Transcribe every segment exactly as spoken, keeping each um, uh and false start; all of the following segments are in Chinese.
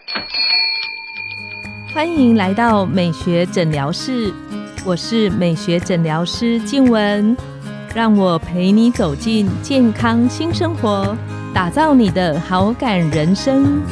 欢迎来到美学诊疗室，我是美学诊疗师静雯，让我陪你走进健康新生活，打造你的好感人生。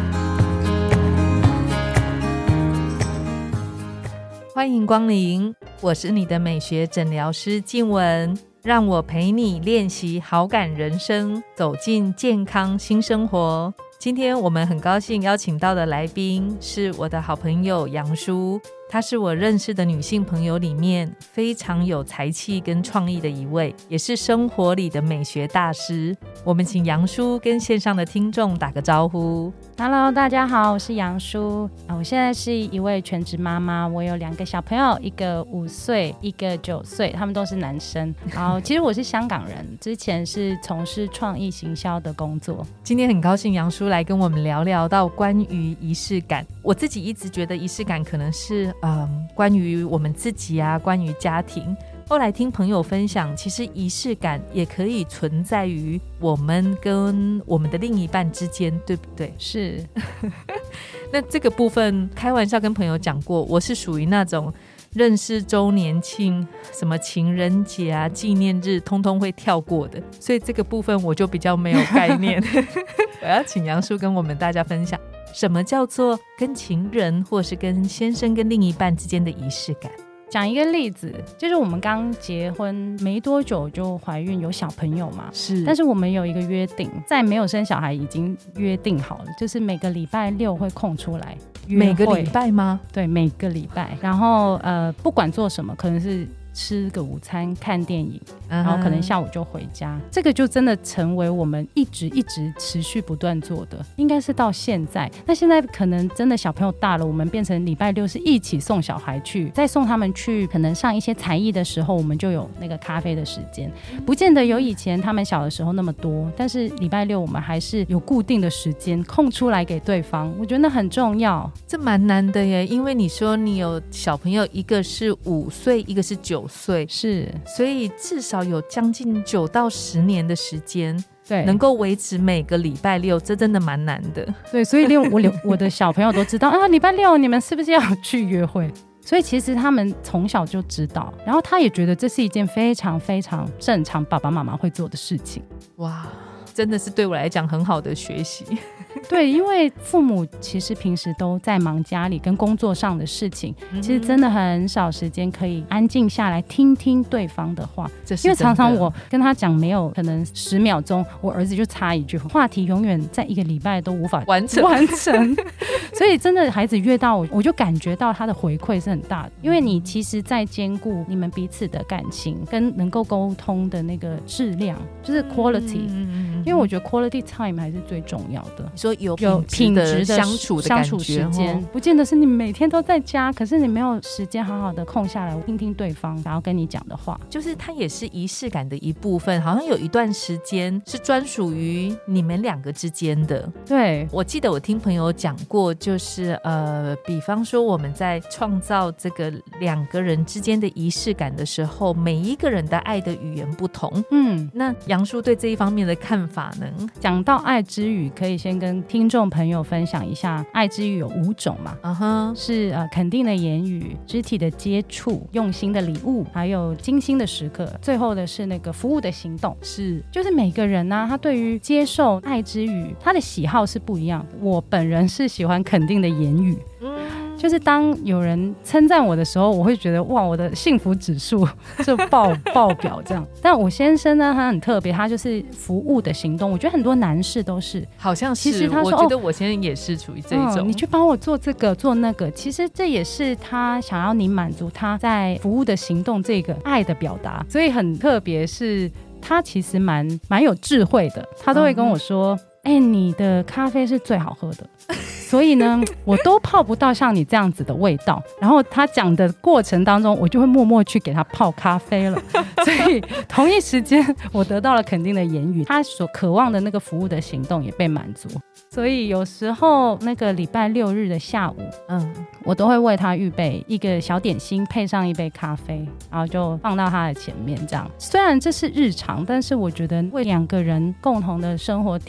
欢迎光临，我是你的美学诊疗师静雯，让我陪你练习好感人生，走进健康新生活。今天我们很高兴邀请到的来宾是我的好朋友杨舒，她是我认识的女性朋友里面非常有才气跟创意的一位，也是生活里的美学大师。我们请杨舒跟线上的听众打个招呼。 Hello， 大家好，我是杨舒。我现在是一位全职妈妈，我有两个小朋友，一个五岁，一个九岁，他们都是男生。然后其实我是香港人，之前是从事创意行销的工作。 今天很高兴杨舒来跟我们聊聊到关于仪式感。我自己一直觉得仪式感可能是、嗯、关于我们自己啊，关于家庭。后来听朋友分享，其实仪式感也可以存在于我们跟我们的另一半之间，对不对？ 是。 那这个部分开玩笑跟朋友讲过，我是属于那种认识周年庆、什么情人节啊、纪念日通通会跳过的，所以这个部分我就比较没有概念。我要请杨舒跟我们大家分享，什么叫做跟情人或是跟先生跟另一半之间的仪式感。 讲一个例子，就是我们刚结婚没多久就怀孕有小朋友嘛， 是， 但是我们有一个约定，在没有生小孩已经约定好了，就是每个礼拜六会空出来约会。 每个礼拜吗？ 对，每个礼拜。然后呃，不管做什么，可能是吃个午餐、看电影，然后可能下午就回家、uh-huh. 这个就真的成为我们一直一直持续不断做的，应该是到现在。那现在可能真的小朋友大了，我们变成礼拜六是一起送小孩去，再送他们去可能上一些才艺的时候，我们就有那个咖啡的时间，不见得有以前他们小的时候那么多，但是礼拜六我们还是有固定的时间空出来给对方，我觉得那很重要。 这蛮难的耶，因为你说你有小朋友，一个是五岁，一个是九岁， 是， 所以至少有将近九到十年的时间， 对， 能够维持每个礼拜六，这真的蛮难的。 对，所以连我我的小朋友都知道啊，礼拜六你们是不是要去约会？所以其实他们从小就知道，然后他也觉得这是一件非常非常正常爸爸妈妈会做的事情。 哇，真的是对我来讲很好的学习。 对，因为父母其实平时都在忙家里跟工作上的事情、嗯、其实真的很少时间可以安静下来听听对方的话， 这是因为常常我跟他讲没有可能十秒钟，我儿子就插一句话题，永远在一个礼拜都无法完成完成所以真的孩子越大，我就感觉到他的回馈是很大的，因为你其实在兼顾你们彼此的感情跟能够沟通的那个质量，就是 quality、嗯、因为我觉得 quality time 还是最重要的。 你说有品质的相处的感觉，相处时间、哦、 不见得是你每天都在家，可是你没有时间好好的空下来听听对方然后跟你讲的话， 就是它也是仪式感的一部分，好像有一段时间是专属于你们两个之间的。 对， 我记得我听朋友讲过，就是呃，比方说我们在创造这个两个人之间的仪式感的时候，每一个人的爱的语言不同。嗯，那杨舒对这一方面的看法呢？ 讲到爱之语，可以先跟听众朋友分享一下，爱之语有五种嘛， uh-huh. 是、呃、肯定的言语、肢体的接触、用心的礼物，还有精心的时刻，最后的是那个服务的行动。 是， 就是每个人呢、啊，他对于接受爱之语，他的喜好是不一样。我本人是喜欢肯定的言语，嗯，就是当有人称赞我的时候，我会觉得哇，我的幸福指数就爆爆表这样。但我先生呢，他很特别，他就是服务的行动。我觉得很多男士都是， 好像是。 其实他说， 我觉得我先生也是属于这一种、 哦，你去帮我做这个做那个，其实这也是他想要你满足他在服务的行动这个爱的表达。所以很特别，是他其实蛮蛮有智慧的，他都会跟我说。嗯哎、欸，你的咖啡是最好喝的，所以呢，我都泡不到像你这样子的味道。然后他讲的过程当中，我就会默默去给他泡咖啡了。所以同一时间，我得到了肯定的言语，他所渴望的那个服务的行动也被满足。所以有时候那个礼拜六日的下午，嗯，我都会为他预备一个小点心，配上一杯咖啡，然后就放到他的前面。这样虽然这是日常，但是我觉得为两个人共同的生活添加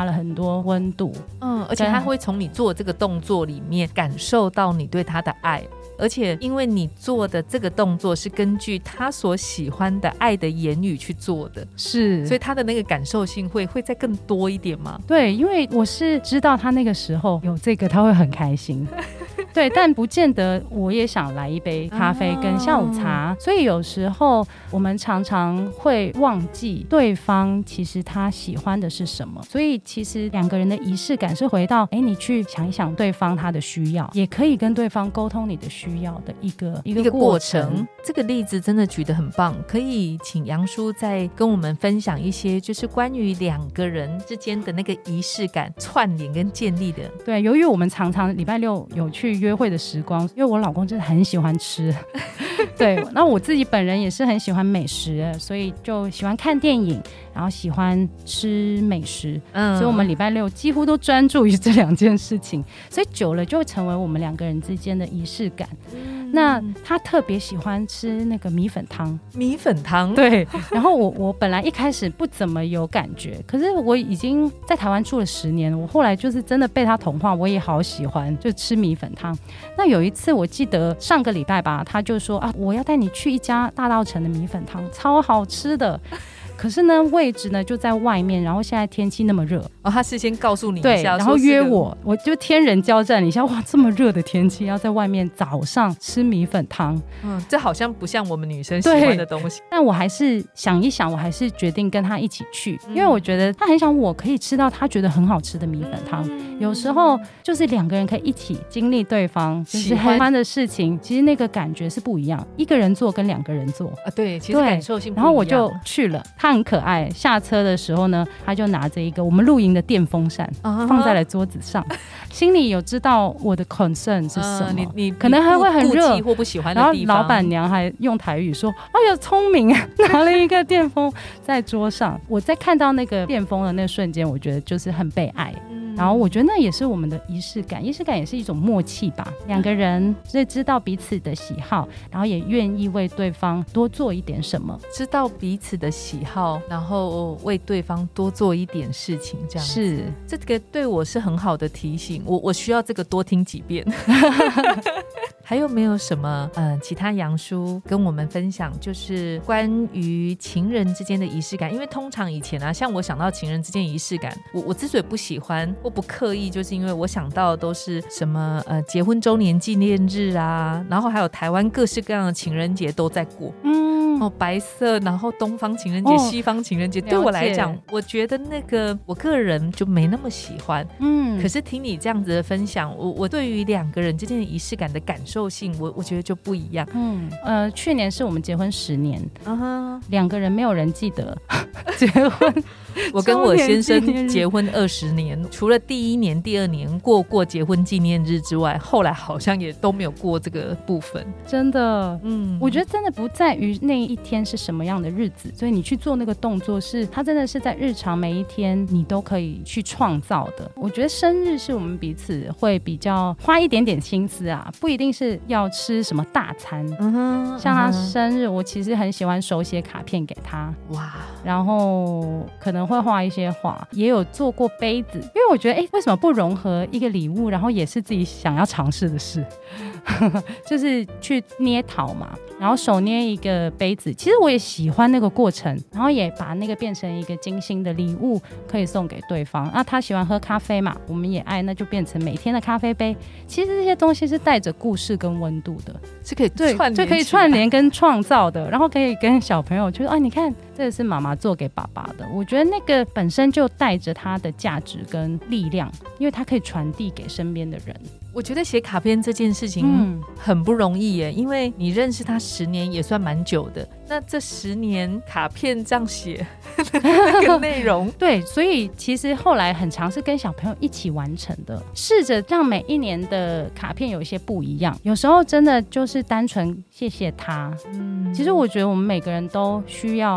了很多温度。 嗯，而且他会从你做这个动作里面感受到你对他的爱，而且因为你做的这个动作是根据他所喜欢的爱的言语去做的， 是， 所以他的那个感受性会会再更多一点吗？ 对，因为我是知道他那个时候有这个他会很开心对，但不见得我也想来一杯咖啡跟下午茶、啊、所以有时候我们常常会忘记对方其实他喜欢的是什么，所以其实两个人的仪式感是回到哎，你去想一想对方他的需要，也可以跟对方沟通你的需要的一个一个过程。 过程这个例子真的举得很棒，可以请杨叔再跟我们分享一些就是关于两个人之间的那个仪式感串联跟建立的。 对，由于我们常常礼拜六有去约会的时光，因为我老公真的很喜欢吃对，那我自己本人也是很喜欢美食，所以就喜欢看电影，然后喜欢吃美食、嗯、所以我们礼拜六几乎都专注于这两件事情，所以久了就会成为我们两个人之间的仪式感、嗯、那他特别喜欢吃那个米粉汤。 米粉汤， 对，然后我我本来一开始不怎么有感觉，可是我已经在台湾住了十年，我后来就是真的被他同化，我也好喜欢就吃米粉汤。那有一次我记得上个礼拜吧，他就说啊，我要带你去一家大稻埕的米粉汤，超好吃的，可是呢位置呢就在外面，然后现在天气那么热哦，他事先告诉你一下， 对，然后约我，我就天人交战一下，哇，这么热的天气要在外面早上吃米粉汤， 嗯，这好像不像我们女生喜欢的东西。 但我还是想一想，我还是决定跟他一起去、嗯、因为我觉得他很想我可以吃到他觉得很好吃的米粉汤、嗯、有时候就是两个人可以一起经历对方就是喜欢的事情，其实那个感觉是不一样，一个人做跟两个人做啊， 对，其实感受性不一样。 然后我就去了，他很可爱，下车的时候呢，他就拿着一个我们露营的电风扇、uh-huh. 放在了桌子上，心里有知道我的 concern 是什么、uh, 你你可能还会很热或不喜欢的地方， 然后老板娘还用台语说哎呦聪明拿了一个电风在桌上我在看到那个电风的那个瞬间，我觉得就是很被爱、嗯、然后我觉得那也是我们的仪式感，仪式感也是一种默契吧，两个人所以知道彼此的喜好，然后也愿意为对方多做一点什么， 知道彼此的喜好，然后为对方多做一点事情，这样子是这个对我是很好的提醒，我我需要这个多听几遍还有没有什么呃其他杨叔跟我们分享，就是关于情人之间的仪式感？因为通常以前啊，像我想到情人之间的仪式感，我我之所以不喜欢或不刻意，就是因为我想到的都是什么呃结婚周年纪念日啊，然后还有台湾各式各样的情人节都在过，嗯，哦，白色，然后东方情人节、哦、西方情人节，对我来讲，我觉得那个我个人就没那么喜欢，嗯，可是听你这样子的分享，我我对于两个人之间的仪式感的感受性，我我觉得就不一样。 嗯，呃，去年是我们结婚十年，uh-huh. 两个人没有人记得结婚。 我跟我先生结婚二十年，除了第一年、第二年过过结婚纪念日之外，后来好像也都没有过这个部分。 真的，嗯，我觉得真的不在于那一天是什么样的日子，所以你去做那个动作是，它真的是在日常每一天你都可以去创造的。我觉得生日是我们彼此会比较花一点点心思啊，不一定是要吃什么大餐。嗯哼，像他生日，我其实很喜欢手写卡片给他，哇，然后可能会画一些画，也有做过杯子，因为我觉得哎，为什么不融合一个礼物，然后也是自己想要尝试的事就是去捏陶嘛，然后手捏一个杯子，其实我也喜欢那个过程，然后也把那个变成一个精心的礼物可以送给对方。那他喜欢喝咖啡嘛，我们也爱，那就变成每天的咖啡杯。其实这些东西是带着故事跟温度的， 是可以串联， 就可以串联跟创造的，然后可以跟小朋友就说啊，你看这个是妈妈做给爸爸的，我觉得那个本身就带着它的价值跟力量，因为它可以传递给身边的人。 我觉得写卡片这件事情很不容易耶、嗯、因为你认识他十年也算蛮久的，那这十年卡片这样写那个内容对，所以其实后来很常是跟小朋友一起完成的，试着让每一年的卡片有一些不一样，有时候真的就是单纯谢谢他。嗯，其实我觉得我们每个人都需要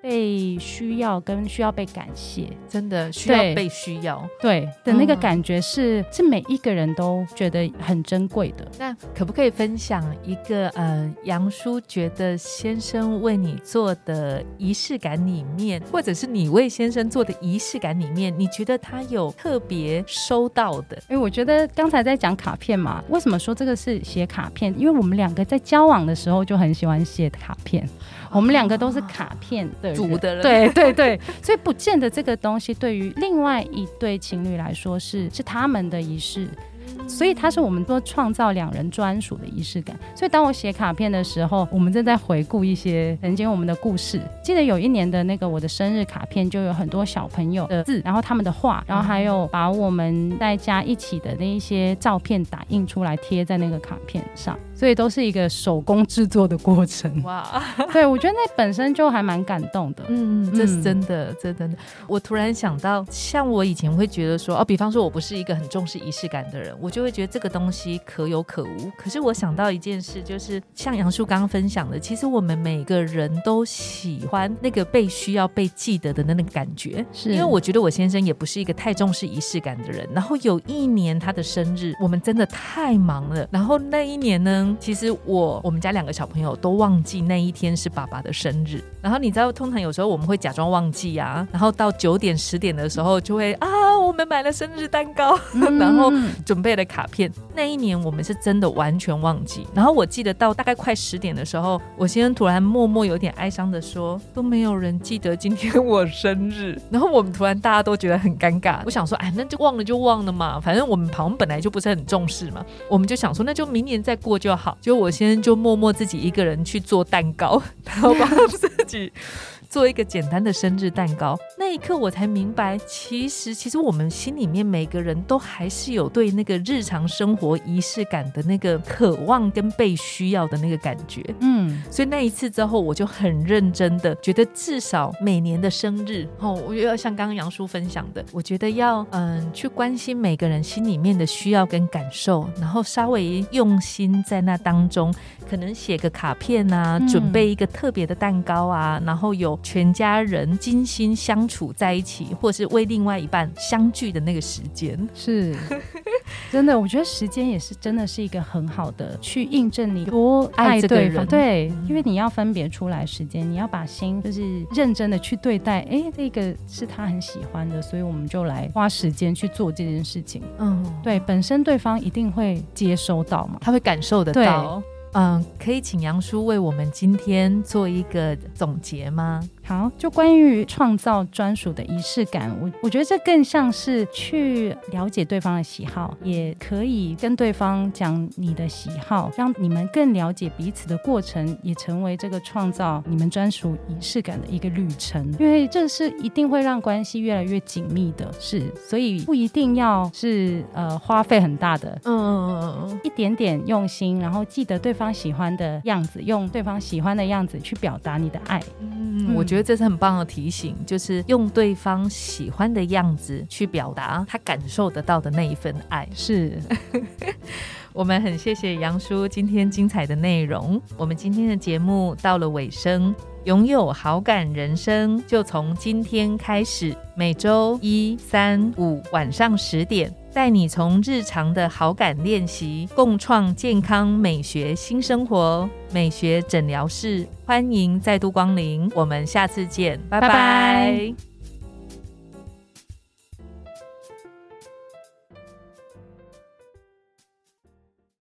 被需要跟需要被感谢， 真的需要被需要， 对的那个感觉是、嗯、是每一个人都觉得很珍贵的。 那可不可以分享一个呃，杨叔觉得先生为你做的仪式感里面，或者是你为先生做的仪式感里面，你觉得他有特别收到的？ 因为我觉得刚才在讲卡片嘛，为什么说这个是写卡片？因为我们两个在交往的时候就很喜欢写卡片，我们两个都是卡片的人组的人， 对对对，所以不见得这个东西对于另外一对情侣来说是是他们的仪式，所以它是我们说创造两人专属的仪式感。所以当我写卡片的时候，我们正在回顾一些曾经我们的故事。记得有一年的那个我的生日卡片就有很多小朋友的字，然后他们的画，然后还有把我们在家一起的那一些照片打印出来贴在那个卡片上，所以都是一个手工制作的过程。哇，对，我觉得那本身就还蛮感动的。 嗯，这是真的，这真的。我突然想到，像我以前会觉得说，哦，比方说我不是一个很重视仪式感的人，我就会觉得这个东西可有可无。可是我想到一件事，就是像杨叔刚刚分享的，其实我们每个人都喜欢那个被需要被记得的那个感觉。是因为我觉得我先生也不是一个太重视仪式感的人，然后有一年他的生日我们真的太忙了，然后那一年呢，其实我我们家两个小朋友都忘记那一天是爸爸的生日，然后你知道通常有时候我们会假装忘记啊，然后到九点十点的时候就会啊我们买了生日蛋糕、嗯、然后准备了卡片。那一年我们是真的完全忘记，然后我记得到大概快十点的时候，我先生突然默默有点哀伤的说，都没有人记得今天我生日。然后我们突然大家都觉得很尴尬，我想说哎，那就忘了就忘了嘛，反正我们好像本来就不是很重视嘛，我们就想说那就明年再过就好。就我先生就默默自己一个人去做蛋糕，然后帮自己做一个简单的生日蛋糕。那一刻我才明白，其实其实我们心里面每个人都还是有对那个日常生活仪式感的那个渴望跟被需要的那个感觉。嗯，所以那一次之后我就很认真的觉得，至少每年的生日、哦、我要像刚刚杨叔分享的，我觉得要嗯去关心每个人心里面的需要跟感受，然后稍微用心在那当中，可能写个卡片啊、嗯、准备一个特别的蛋糕啊，然后有全家人精心相处在一起，或是为另外一半相聚的那个时间。 是真的，我觉得时间也是真的是一个很好的去印证你多爱对方。对、嗯、因为你要分别出来时间，你要把心就是认真的去对待，哎，这个是他很喜欢的，所以我们就来花时间去做这件事情。嗯，对，本身对方一定会接收到嘛， 他会感受得到。嗯，可以请杨叔为我们今天做一个总结吗？ 好，就关于创造专属的仪式感，我我觉得这更像是去了解对方的喜好，也可以跟对方讲你的喜好，让你们更了解彼此的过程，也成为这个创造你们专属仪式感的一个旅程。因为这是一定会让关系越来越紧密的事，所以不一定要是呃花费很大的，嗯嗯嗯，一点点用心，然后记得对方喜欢的样子，用对方喜欢的样子去表达你的爱。 嗯，我觉得这是很棒的提醒，就是用对方喜欢的样子去表达他感受得到的那一份爱。 是我们很谢谢杨叔今天精彩的内容。我们今天的节目到了尾声，拥有好感人生就从今天开始，每周一、三、五晚上十点，带你从日常的好感练习，共创健康美学新生活。美学诊疗室，欢迎再度光临，我们下次见，拜拜。拜拜。